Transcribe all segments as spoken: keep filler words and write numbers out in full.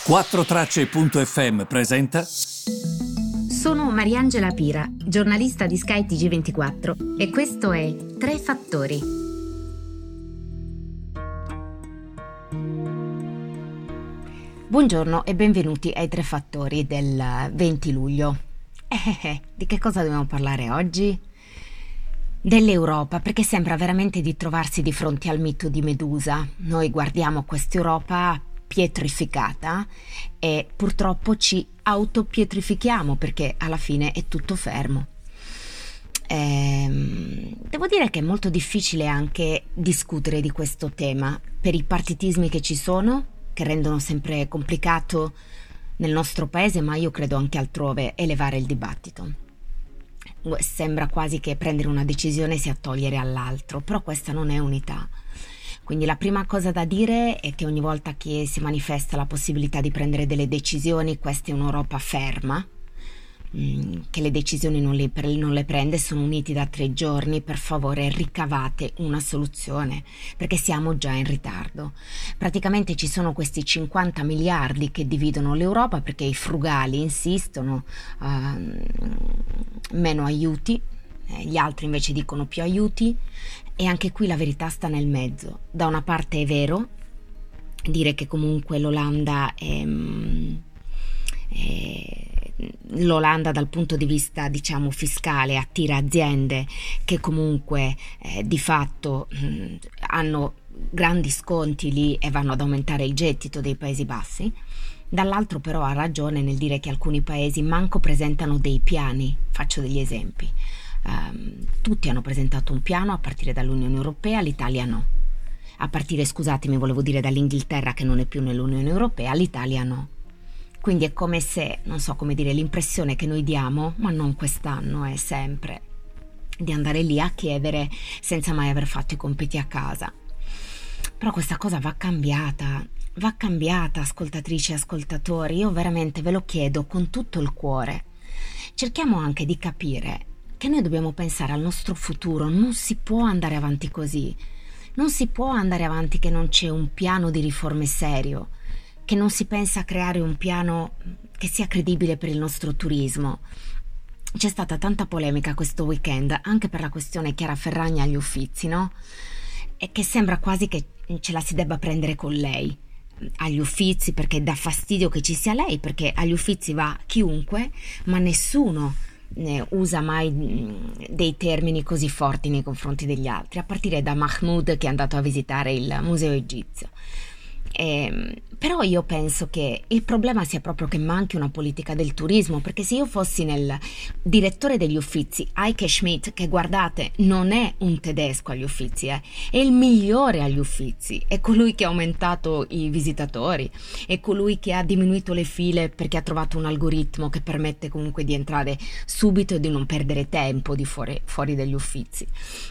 quattro tracce punto effe emme presenta. Sono Mariangela Pira, giornalista di Sky T G ventiquattro e questo è Tre Fattori. Buongiorno e benvenuti ai Tre Fattori del venti luglio. Eh, eh, di che cosa dobbiamo parlare oggi? Dell'Europa, perché sembra veramente di trovarsi di fronte al mito di Medusa. Noi guardiamo quest'Europa pietrificata e purtroppo ci autopietrifichiamo perché alla fine è tutto fermo. Ehm, devo dire che è molto difficile anche discutere di questo tema per i partitismi che ci sono, che rendono sempre complicato nel nostro paese, ma io credo anche altrove, elevare il dibattito. Sembra quasi che prendere una decisione sia togliere all'altro, però questa non è unità. Quindi la prima cosa da dire è che ogni volta che si manifesta la possibilità di prendere delle decisioni, questa è un'Europa ferma, che le decisioni non le, non le prende, sono uniti da tre giorni, per favore ricavate una soluzione, perché siamo già in ritardo. Praticamente ci sono questi cinquanta miliardi che dividono l'Europa perché i frugali insistono, uh, meno aiuti, gli altri invece dicono più aiuti, e anche qui la verità sta nel mezzo. Da una parte è vero dire che comunque l'Olanda è, è l'Olanda dal punto di vista diciamo fiscale attira aziende che comunque eh, di fatto mh, hanno grandi sconti lì e vanno ad aumentare il gettito dei Paesi Bassi. Dall'altro però ha ragione nel dire che alcuni paesi manco presentano dei piani. Faccio degli esempi. Um, tutti hanno presentato un piano a partire dall'Unione Europea, l'Italia no. A partire, scusatemi, volevo dire dall'Inghilterra che non è più nell'Unione Europea, l'Italia no. Quindi è come se, non so come dire, l'impressione che noi diamo, ma non quest'anno, è sempre di andare lì a chiedere senza mai aver fatto i compiti a casa. Però questa cosa va cambiata, va cambiata, ascoltatrici e ascoltatori. Io veramente ve lo chiedo con tutto il cuore. Cerchiamo anche di capire che noi dobbiamo pensare al nostro futuro, non si può andare avanti così, non si può andare avanti che non c'è un piano di riforme serio, che non si pensa a creare un piano che sia credibile per il nostro turismo. C'è stata tanta polemica questo weekend anche per la questione Chiara Ferragni agli Uffizi, no? E che sembra quasi che ce la si debba prendere con lei agli Uffizi, perché dà fastidio che ci sia lei, perché agli Uffizi va chiunque, ma nessuno ne usa mai dei termini così forti nei confronti degli altri, a partire da Mahmoud che è andato a visitare il museo egizio. Eh, però io penso che il problema sia proprio che manchi una politica del turismo, perché se io fossi nel direttore degli Uffizi, Heike Schmidt, che guardate non è un tedesco agli Uffizi, eh, è il migliore agli Uffizi, è colui che ha aumentato i visitatori, è colui che ha diminuito le file perché ha trovato un algoritmo che permette comunque di entrare subito e di non perdere tempo di fuori, fuori dagli Uffizi.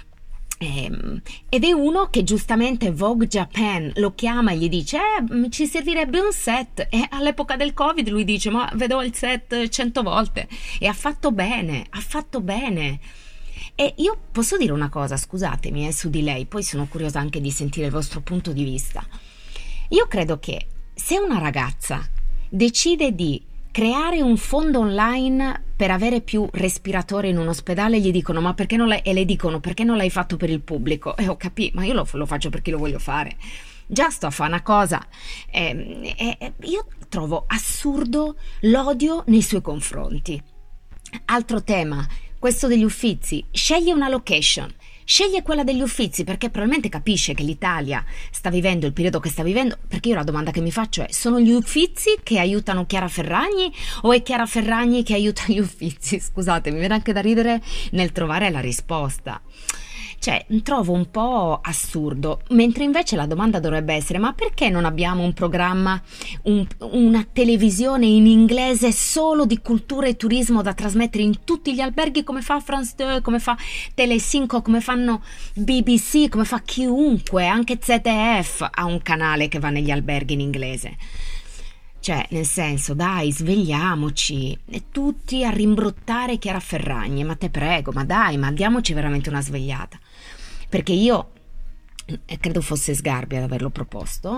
Ed è uno che giustamente Vogue Japan lo chiama e gli dice eh, ci servirebbe un set, e all'epoca del Covid lui dice ma vedo il set cento volte, e ha fatto bene, ha fatto bene. E io posso dire una cosa, scusatemi, eh, su di lei, poi sono curiosa anche di sentire il vostro punto di vista. Io credo che se una ragazza decide di creare un fondo online per avere più respiratori in un ospedale, gli dicono ma perché non l'hai, e le dicono perché non l'hai fatto per il pubblico, e ho capito, ma io lo, lo faccio perché lo voglio fare, già sto a fare una cosa. Eh, eh, io trovo assurdo l'odio nei suoi confronti. Altro tema, questo degli Uffizi, sceglie una location, sceglie quella degli Uffizi perché probabilmente capisce che l'Italia sta vivendo il periodo che sta vivendo, perché io la domanda che mi faccio è: sono gli Uffizi che aiutano Chiara Ferragni o è Chiara Ferragni che aiuta gli Uffizi? Scusate, mi viene anche da ridere nel trovare la risposta. Cioè, trovo un po' assurdo, mentre invece la domanda dovrebbe essere: ma perché non abbiamo un programma, un, una televisione in inglese solo di cultura e turismo da trasmettere in tutti gli alberghi, come fa France due, come fa Telecinco, come fanno B B C, come fa chiunque, anche Z D F ha un canale che va negli alberghi in inglese. Cioè, nel senso, dai, svegliamoci, e tutti a rimbrottare Chiara Ferragni, ma te prego, ma dai, ma diamoci veramente una svegliata. Perché io, credo fosse Sgarbi ad averlo proposto,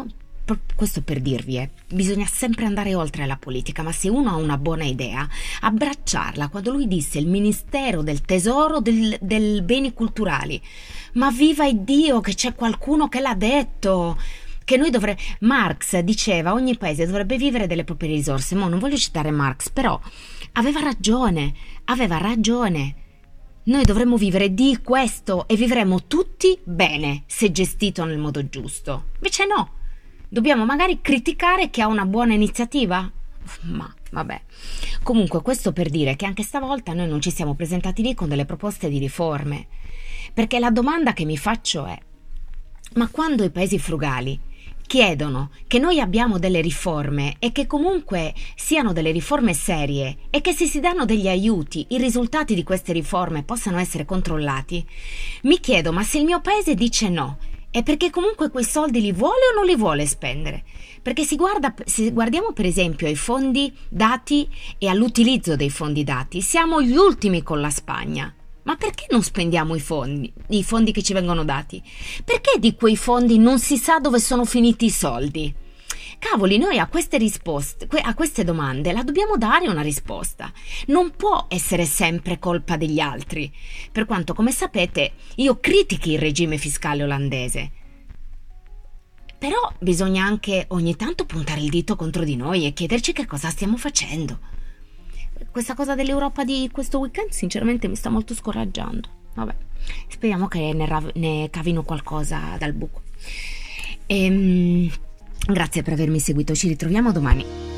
Pro- questo per dirvi, eh, bisogna sempre andare oltre la politica, ma se uno ha una buona idea, abbracciarla. Quando lui disse il Ministero del Tesoro del, del Beni Culturali, ma viva Dio che c'è qualcuno che l'ha detto, che noi dovremmo... Marx diceva ogni paese dovrebbe vivere delle proprie risorse. Mo non voglio citare Marx, però aveva ragione, aveva ragione. Noi dovremmo vivere di questo e vivremo tutti bene se gestito nel modo giusto. Invece no, dobbiamo magari criticare chi ha una buona iniziativa. Ma vabbè, comunque questo per dire che anche stavolta noi non ci siamo presentati lì con delle proposte di riforme, perché la domanda che mi faccio è: ma quando i paesi frugali chiedono che noi abbiamo delle riforme e che comunque siano delle riforme serie e che se si danno degli aiuti i risultati di queste riforme possano essere controllati, mi chiedo, ma se il mio paese dice no, è perché comunque quei soldi li vuole o non li vuole spendere? Perché si guarda, se guardiamo per esempio ai fondi dati e all'utilizzo dei fondi dati, siamo gli ultimi con la Spagna. Ma perché non spendiamo i fondi, i fondi che ci vengono dati? Perché di quei fondi non si sa dove sono finiti i soldi? Cavoli, noi a queste risposte, a queste domande la dobbiamo dare una risposta. Non può essere sempre colpa degli altri. Per quanto, come sapete, io critichi il regime fiscale olandese. Però bisogna anche ogni tanto puntare il dito contro di noi e chiederci che cosa stiamo facendo. Questa cosa dell'Europa di questo weekend sinceramente mi sta molto scoraggiando. Vabbè, speriamo che ne, rav- ne cavino qualcosa dal buco. Ehm, grazie per avermi seguito, ci ritroviamo domani.